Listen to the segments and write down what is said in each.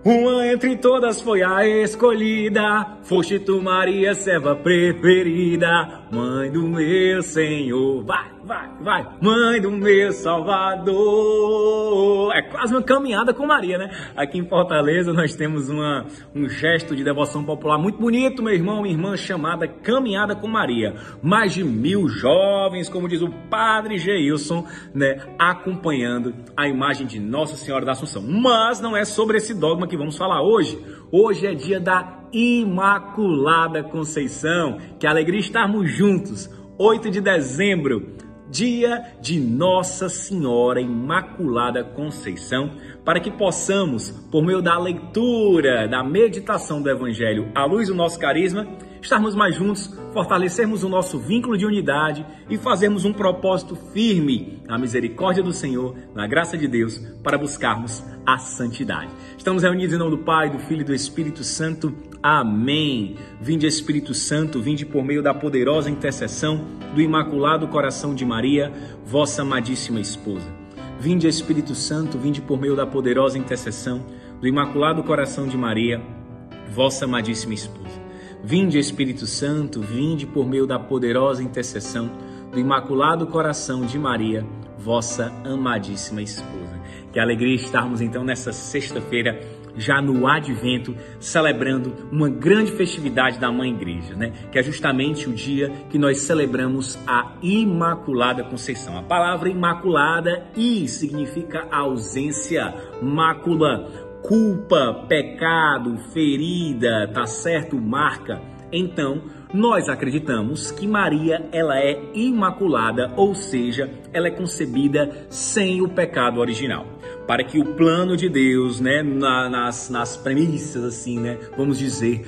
Uma entre todas foi a escolhida, foste tu, Maria, serva preferida, mãe do meu Senhor, vai, mãe do meu Salvador. É quase uma caminhada com Maria, né? Aqui em Fortaleza nós temos um gesto de devoção popular muito bonito, meu irmão, minha irmã, chamada Caminhada com Maria. Mais de 1000 jovens, como diz o padre Geilson, né, acompanhando a imagem de Nossa Senhora da Assunção. Mas não é sobre esse dogma que vamos falar hoje. Hoje é dia da Imaculada Conceição. Que alegria estarmos juntos. 8 de dezembro, dia de Nossa Senhora Imaculada Conceição, para que possamos, por meio da leitura, da meditação do Evangelho, à luz do nosso carisma, estarmos mais juntos, fortalecermos o nosso vínculo de unidade e fazermos um propósito firme na misericórdia do Senhor, na graça de Deus, para buscarmos a santidade. Estamos reunidos em nome do Pai, do Filho e do Espírito Santo. Amém. Vinde, Espírito Santo, vinde por meio da poderosa intercessão do Imaculado Coração de Maria, vossa amadíssima esposa. Vinde, Espírito Santo, vinde por meio da poderosa intercessão do Imaculado Coração de Maria, vossa amadíssima esposa. Vinde, Espírito Santo, vinde por meio da poderosa intercessão do Imaculado Coração de Maria, vossa amadíssima esposa. Que alegria estarmos então nessa sexta-feira, já no Advento, celebrando uma grande festividade da Mãe Igreja, né? Que é justamente o dia que nós celebramos a Imaculada Conceição. A palavra Imaculada, significa ausência, mácula, culpa, pecado, ferida, tá certo? Marca. Então, nós acreditamos que Maria, ela é imaculada, ou seja, ela é concebida sem o pecado original. Para que o plano de Deus, né, nas premissas, assim, né, vamos dizer,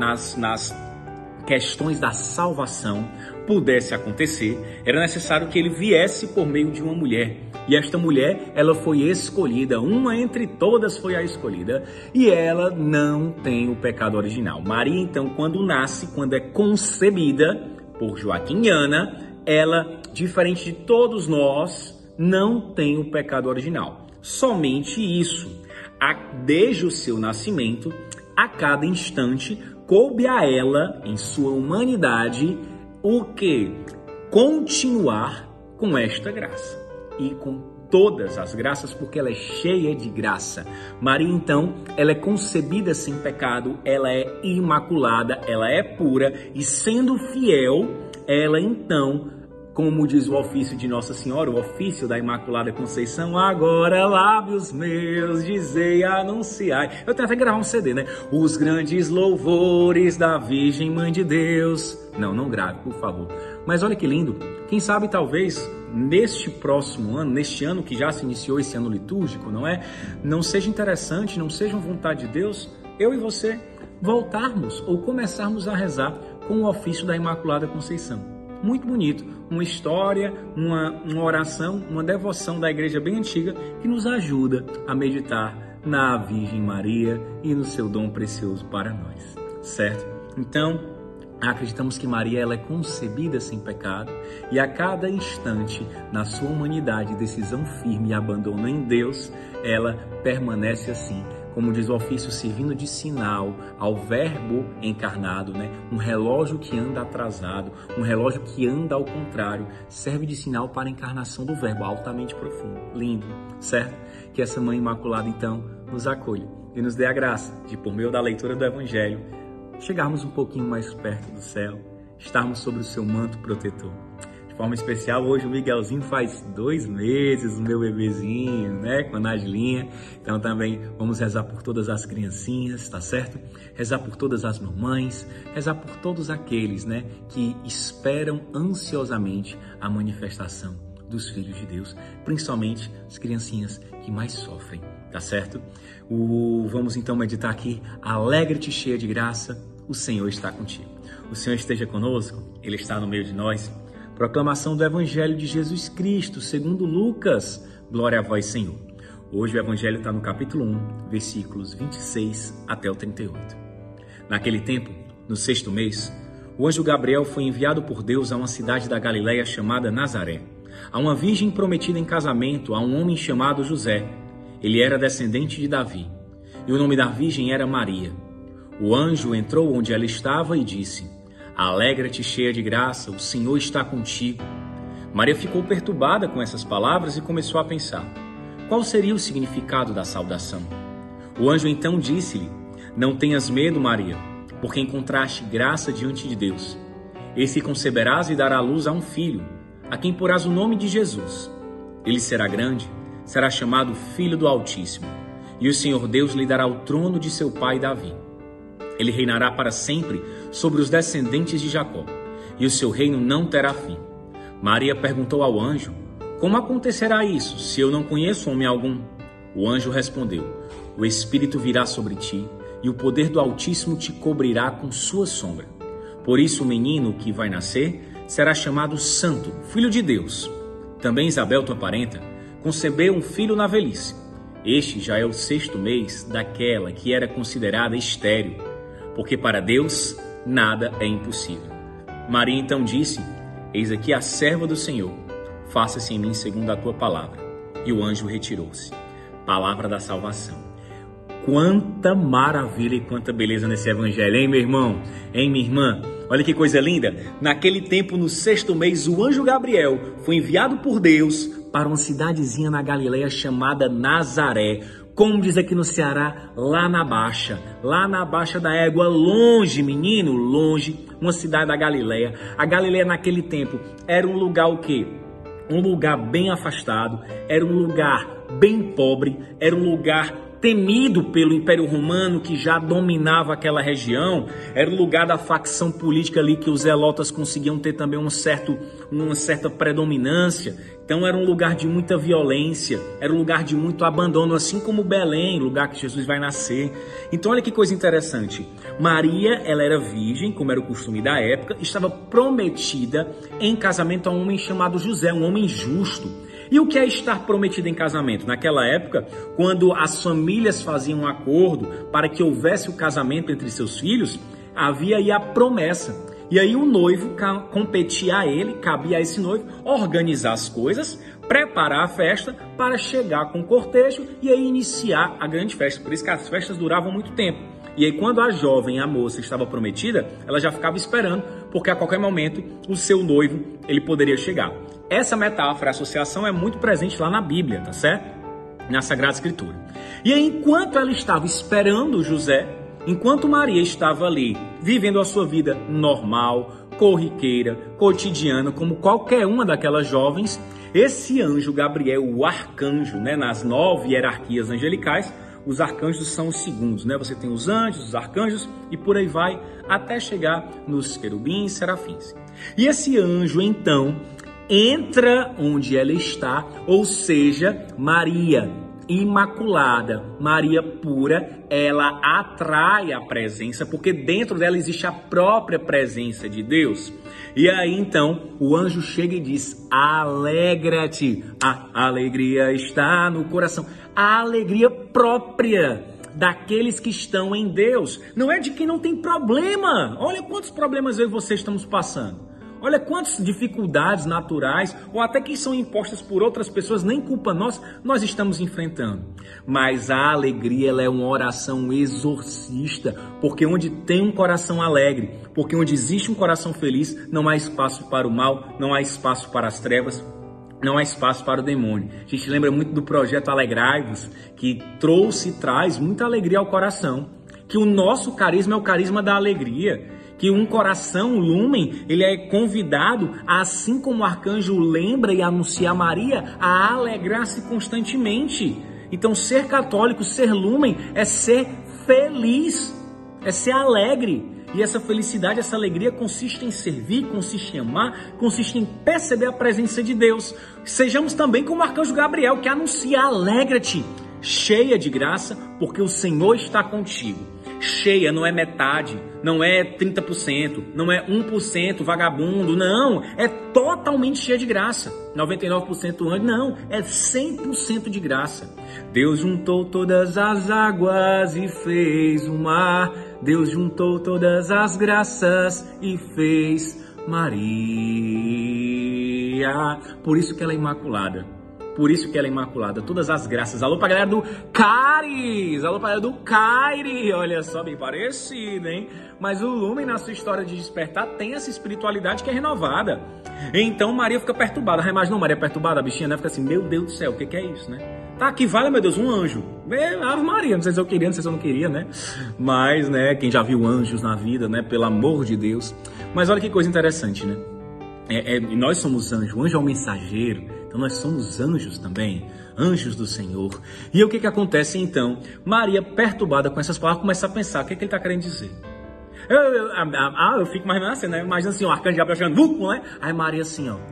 nas questões da salvação, pudesse acontecer, era necessário que ele viesse por meio de uma mulher. E esta mulher, ela foi escolhida, uma entre todas foi a escolhida, e ela não tem o pecado original. Maria, então, quando nasce, quando é concebida por Joaquim e Ana, ela, diferente de todos nós, não tem o pecado original. Somente isso, desde o seu nascimento, a cada instante, coube a ela, em sua humanidade, o que? Continuar com esta graça e com todas as graças, porque ela é cheia de graça. Maria, então, ela é concebida sem pecado, ela é imaculada, ela é pura e, sendo fiel, ela, então, como diz o ofício de Nossa Senhora, o ofício da Imaculada Conceição, agora lábios meus dizei, anunciai. Eu tenho até que gravar um CD, né? Os grandes louvores da Virgem Mãe de Deus. Não grave, por favor. Mas olha que lindo. Quem sabe, talvez, neste próximo ano, neste ano que já se iniciou esse ano litúrgico, não é? Não seja interessante, não seja vontade de Deus, eu e você voltarmos ou começarmos a rezar com o ofício da Imaculada Conceição. Muito bonito, uma história, uma oração, uma devoção da igreja bem antiga que nos ajuda a meditar na Virgem Maria e no seu dom precioso para nós, certo? Então, acreditamos que Maria, ela é concebida sem pecado e a cada instante, na sua humanidade, decisão firme e abandono em Deus, ela permanece assim, como diz o ofício, servindo de sinal ao verbo encarnado, né? Um relógio que anda atrasado, um relógio que anda ao contrário, serve de sinal para a encarnação do verbo, altamente profundo, lindo, certo? Que essa Mãe Imaculada, então, nos acolha e nos dê a graça de, por meio da leitura do Evangelho, chegarmos um pouquinho mais perto do céu, estarmos sobre o seu manto protetor. De forma especial, hoje o Miguelzinho faz 2 meses, o meu bebezinho, né, com a Nagilinha. Então também vamos rezar por todas as criancinhas, tá certo? Rezar por todas as mamães, rezar por todos aqueles, né, que esperam ansiosamente a manifestação dos filhos de Deus, principalmente as criancinhas que mais sofrem, tá certo? Vamos então meditar aqui, alegre-te cheia de graça, o Senhor está contigo. O Senhor esteja conosco, Ele está no meio de nós. Proclamação do Evangelho de Jesus Cristo, segundo Lucas. Glória a vós, Senhor. Hoje o Evangelho está no capítulo 1, versículos 26 até o 38. Naquele tempo, no 6º mês, o anjo Gabriel foi enviado por Deus a uma cidade da Galileia chamada Nazaré, a uma virgem prometida em casamento a um homem chamado José. Ele era descendente de Davi. e o nome da virgem era Maria. O anjo entrou onde ela estava e disse: Alegra-te, cheia de graça, o Senhor está contigo. Maria ficou perturbada com essas palavras e começou a pensar: qual seria o significado da saudação? O anjo então disse-lhe: Não tenhas medo, Maria, porque encontraste graça diante de Deus. Eis que conceberás e dará luz a um filho, a quem porás o nome de Jesus. Ele será grande, será chamado Filho do Altíssimo, e o Senhor Deus lhe dará o trono de seu pai Davi. Ele reinará para sempre sobre os descendentes de Jacó, e o seu reino não terá fim. Maria perguntou ao anjo: Como acontecerá isso, se eu não conheço homem algum? O anjo respondeu: O Espírito virá sobre ti, e o poder do Altíssimo te cobrirá com sua sombra. Por isso o menino que vai nascer será chamado Santo, Filho de Deus. Também Isabel, tua parenta, concebeu um filho na velhice. Este já é o 6º mês daquela que era considerada estéril, porque para Deus nada é impossível. Maria então disse: Eis aqui a serva do Senhor, faça-se em mim segundo a tua palavra. E o anjo retirou-se. Palavra da salvação. Quanta maravilha e quanta beleza nesse evangelho, hein, meu irmão? Hein, minha irmã? Olha que coisa linda. Naquele tempo, no 6º mês, o anjo Gabriel foi enviado por Deus para uma cidadezinha na Galileia chamada Nazaré. Como diz aqui no Ceará, lá na Baixa da Égua, longe, menino, longe, uma cidade da Galileia. A Galileia naquele tempo era um lugar o quê? Um lugar bem afastado, era um lugar bem pobre, era um lugar temido pelo Império Romano que já dominava aquela região, era o lugar da facção política ali que os zelotas conseguiam ter também uma certa predominância. Então era um lugar de muita violência, era um lugar de muito abandono, assim como Belém, lugar que Jesus vai nascer. Então olha que coisa interessante, Maria, ela era virgem, como era o costume da época, estava prometida em casamento a um homem chamado José, um homem justo. E o que é estar prometido em casamento? Naquela época, quando as famílias faziam um acordo para que houvesse o casamento entre seus filhos, havia aí a promessa. E aí o noivo competia a ele, cabia a esse noivo, organizar as coisas, preparar a festa para chegar com o cortejo e aí iniciar a grande festa. Por isso que as festas duravam muito tempo. E aí quando a jovem, a moça, estava prometida, ela já ficava esperando, porque a qualquer momento o seu noivo ele poderia chegar. Essa metáfora, associação é muito presente lá na Bíblia, tá certo? Na Sagrada Escritura. E aí enquanto ela estava esperando José, enquanto Maria estava ali vivendo a sua vida normal, corriqueira, cotidiana, como qualquer uma daquelas jovens, esse anjo Gabriel, o arcanjo, né, nas 9 hierarquias angelicais, os arcanjos são os segundos, né? Você tem os anjos, os arcanjos e por aí vai até chegar nos querubins e serafins. E esse anjo, então, entra onde ela está, ou seja, Maria imaculada, Maria pura, ela atrai a presença, porque dentro dela existe a própria presença de Deus. E aí então o anjo chega e diz: alegra-te, a alegria está no coração, a alegria própria daqueles que estão em Deus, não é de quem não tem problema. Olha quantos problemas eu e você estamos passando. Olha quantas dificuldades naturais ou até que são impostas por outras pessoas, nem culpa nossa, nós estamos enfrentando. Mas a alegria, ela é uma oração exorcista, porque onde tem um coração alegre, porque onde existe um coração feliz, não há espaço para o mal, não há espaço para as trevas, não há espaço para o demônio. A gente lembra muito do projeto Alegrai-vos, que trouxe e traz muita alegria ao coração, que o nosso carisma é o carisma da alegria, que um coração, um lumen, ele é convidado, assim como o arcanjo lembra e anuncia a Maria, a alegrar-se constantemente. Então, ser católico, ser lumen, é ser feliz, é ser alegre. E essa felicidade, essa alegria consiste em servir, consiste em amar, consiste em perceber a presença de Deus. Sejamos também como o arcanjo Gabriel, que anuncia: alegra-te, cheia de graça, porque o Senhor está contigo. Cheia não é metade, não é 30%, não é 1% vagabundo, não, é totalmente cheia de graça. 99% anjo, não, é 100% de graça. Deus juntou todas as águas e fez o mar, Deus juntou todas as graças e fez Maria. Por isso que ela é imaculada, Por isso que ela é imaculada. Todas as graças. Alô pra galera do Caris. Alô pra galera do Caire. Olha só, bem parecido, hein? Mas o Lumen, na sua história de despertar, tem essa espiritualidade que é renovada. Então Maria fica perturbada. Imagina Maria perturbada, a bichinha, né? Fica assim, meu Deus do céu, o que é isso, né? Tá, que vale, meu Deus, um anjo. Ave Maria, não sei se eu queria, não sei se eu não queria, né? Mas, né, quem já viu anjos na vida, né? Pelo amor de Deus. Mas olha que coisa interessante, né? Nós somos anjos, o anjo é um mensageiro, então nós somos anjos também, anjos do Senhor. E o que acontece então? Maria, perturbada com essas palavras, começa a pensar, o que ele está querendo dizer? Eu fico imaginando assim, né? Imagina assim, o arcanjo Gabriel chegando, né? Aí Maria assim, ó,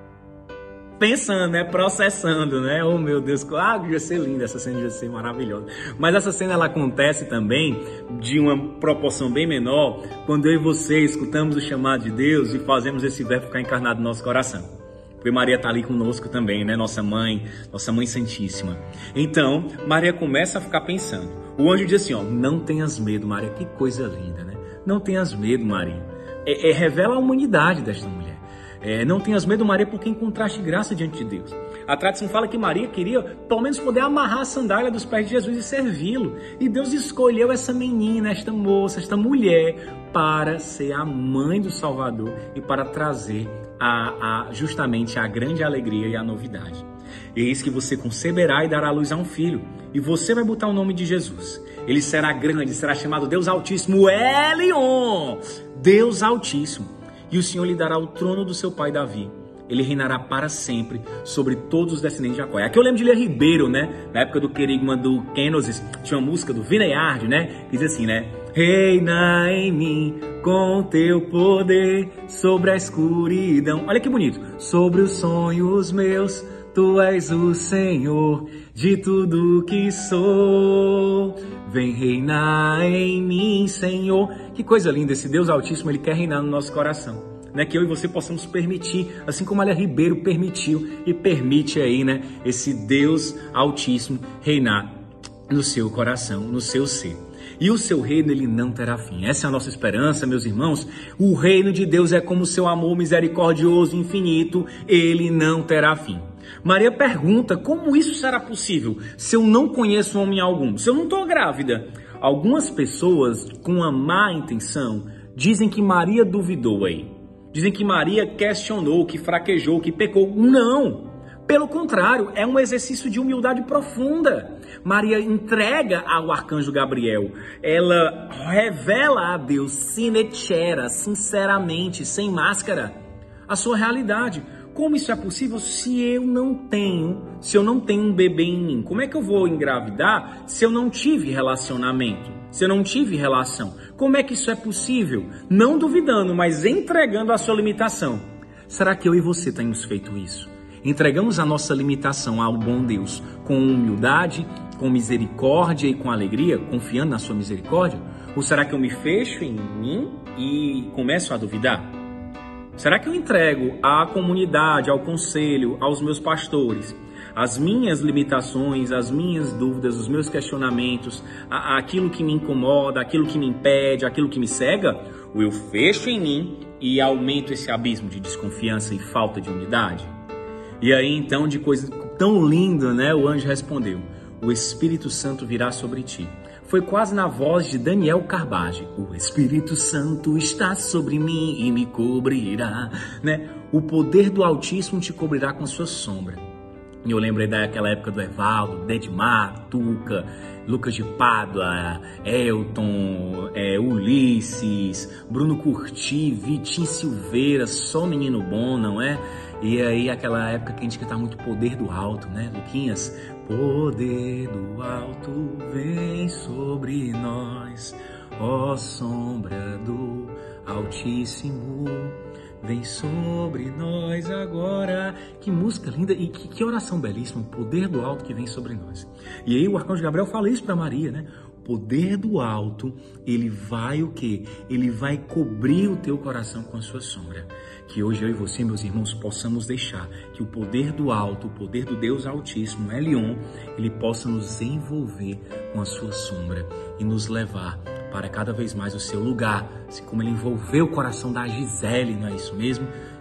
pensando, né? Processando, né? Oh, meu Deus, ia ser linda, essa cena ia ser maravilhosa. Mas essa cena, ela acontece também de uma proporção bem menor quando eu e você escutamos o chamado de Deus e fazemos esse verbo ficar encarnado no nosso coração. Porque Maria está ali conosco também, né? Nossa Mãe Santíssima. Então, Maria começa a ficar pensando. O anjo diz assim, ó, não tenhas medo, Maria. Que coisa linda, né? Não tenhas medo, Maria. Revela a humanidade desta mulher. Não tenhas medo, Maria, porque encontraste graça diante de Deus. A tradição fala que Maria queria, pelo menos, poder amarrar a sandália dos pés de Jesus e servi-lo. E Deus escolheu essa menina, esta moça, esta mulher, para ser a mãe do Salvador e para trazer justamente a grande alegria e a novidade. Eis que você conceberá e dará à luz a um filho, e você vai botar o nome de Jesus. Ele será grande, será chamado Deus Altíssimo, Elion, Deus Altíssimo. E o Senhor lhe dará o trono do seu pai Davi. Ele reinará para sempre sobre todos os descendentes de Jacó. Aqui eu lembro de Lia Ribeiro, né? Na época do querigma do Kenosis, tinha uma música do Vineyard, né? Que diz assim, né? Reina em mim com teu poder sobre a escuridão. Olha que bonito. Sobre os sonhos meus, tu és o Senhor de tudo que sou. Vem reinar em mim, Senhor. Que coisa linda, esse Deus Altíssimo, Ele quer reinar no nosso coração. Né? Que eu e você possamos permitir, assim como a Lia Ribeiro permitiu e permite aí, né? Esse Deus Altíssimo reinar no seu coração, no seu ser. E o seu reino, ele não terá fim. Essa é a nossa esperança, meus irmãos. O reino de Deus é como o seu amor misericordioso e infinito. Ele não terá fim. Maria pergunta, como isso será possível se eu não conheço homem algum? Se eu não estou grávida? Algumas pessoas com uma má intenção dizem que Maria duvidou aí. Dizem que Maria questionou, que fraquejou, que pecou. Não! Pelo contrário, é um exercício de humildade profunda. Maria entrega ao arcanjo Gabriel. Ela revela a Deus, sinetera, sinceramente, sem máscara, a sua realidade. Como isso é possível se eu não tenho um bebê em mim? Como é que eu vou engravidar se eu não tive relacionamento? Se eu não tive relação? Como é que isso é possível? Não duvidando, mas entregando a sua limitação. Será que eu e você temos feito isso? Entregamos a nossa limitação ao bom Deus com humildade, com misericórdia e com alegria, confiando na sua misericórdia? Ou será que eu me fecho em mim e começo a duvidar? Será que eu entrego à comunidade, ao conselho, aos meus pastores, as minhas limitações, as minhas dúvidas, os meus questionamentos, aquilo que me incomoda, aquilo que me impede, aquilo que me cega? Ou eu fecho em mim e aumento esse abismo de desconfiança e falta de unidade? E aí então, de coisa tão linda, né, o anjo respondeu, o Espírito Santo virá sobre ti. Foi quase na voz de Daniel Carbage. O Espírito Santo está sobre mim e me cobrirá, né? O poder do Altíssimo te cobrirá com sua sombra. E eu lembrei daquela época do Evaldo, Dedmar, Tuca, Lucas de Pádua, Elton, Ulisses, Bruno Curti, Vitinho Silveira, só menino bom, não é? E aí aquela época que a gente cantava muito Poder do Alto, né, Luquinhas? Poder do alto vem sobre nós, ó sombra do Altíssimo, vem sobre nós agora. Que música linda e que oração belíssima, o poder do alto que vem sobre nós. E aí o arcanjo Gabriel fala isso para Maria, né? O poder do alto, ele vai o quê? Ele vai cobrir o teu coração com a sua sombra. Que hoje eu e você, meus irmãos, possamos deixar que o poder do alto, o poder do Deus Altíssimo, Elion, ele possa nos envolver com a sua sombra e nos levar para cada vez mais o seu lugar, assim como ele envolveu o coração da Gisele, não é isso mesmo?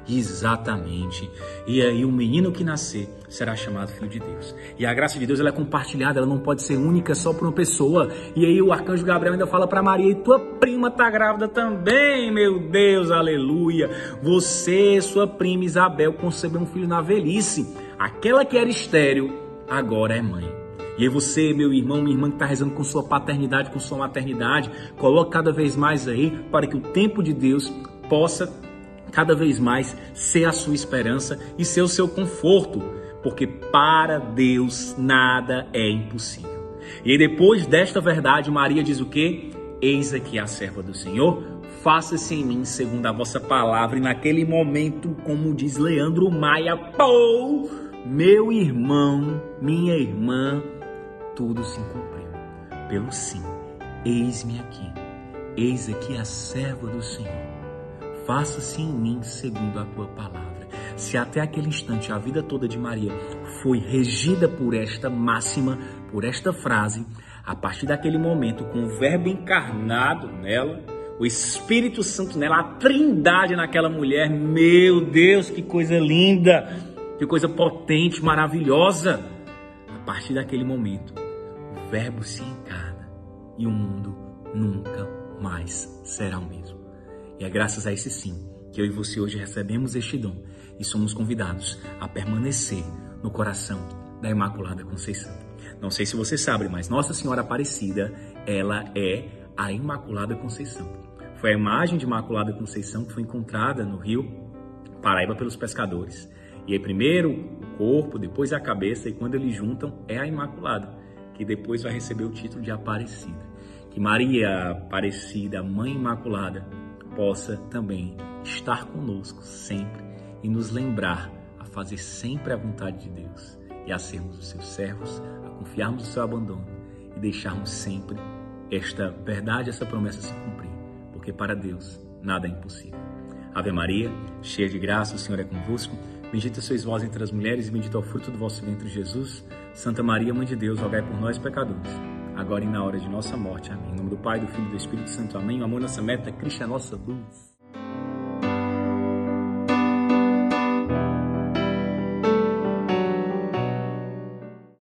Exatamente. E aí o menino que nascer será chamado Filho de Deus. E a graça de Deus ela é compartilhada, ela não pode ser única só por uma pessoa. E aí o arcanjo Gabriel ainda fala para Maria, e tua prima tá grávida também, meu Deus, aleluia. Você, sua prima Isabel, concebeu um filho na velhice. Aquela que era estéril, agora é mãe. E aí você, meu irmão, minha irmã que está rezando com sua paternidade, com sua maternidade, coloque cada vez mais aí para que o tempo de Deus possa cada vez mais ser a sua esperança e ser o seu conforto, porque para Deus nada é impossível. E aí depois desta verdade, Maria diz o quê? Eis aqui a serva do Senhor, faça-se em mim segundo a vossa palavra. E naquele momento, como diz Leandro Maia, pô, meu irmão, minha irmã, tudo se cumpriu pelo sim. Eis-me aqui, eis aqui a serva do Senhor. Faça-se em mim segundo a tua palavra. Se até aquele instante a vida toda de Maria foi regida por esta máxima, por esta frase, a partir daquele momento, com o Verbo encarnado nela, o Espírito Santo nela, a Trindade naquela mulher, meu Deus, que coisa linda, que coisa potente, maravilhosa. A partir daquele momento, o Verbo se encarna e o mundo nunca mais será o mesmo. E é graças a esse sim que eu e você hoje recebemos este dom e somos convidados a permanecer no coração da Imaculada Conceição. Não sei se você sabe, mas Nossa Senhora Aparecida, ela é a Imaculada Conceição. Foi a imagem de Imaculada Conceição que foi encontrada no rio Paraíba pelos pescadores. E aí primeiro o corpo, depois a cabeça, e quando eles juntam é a Imaculada, que depois vai receber o título de Aparecida. Que Maria Aparecida, Mãe Imaculada, possa também estar conosco sempre e nos lembrar a fazer sempre a vontade de Deus e a sermos os seus servos, a confiarmos no seu abandono e deixarmos sempre esta verdade, essa promessa se cumprir, porque para Deus nada é impossível. Ave Maria, cheia de graça, o Senhor é convosco, bendita sois vós entre as mulheres e bendito é o fruto do vosso ventre, Jesus. Santa Maria, Mãe de Deus, rogai por nós, pecadores, agora e na hora de nossa morte. Amém. Em nome do Pai, do Filho e do Espírito Santo. Amém. O amor, nossa meta, Cristo é a nossa luz.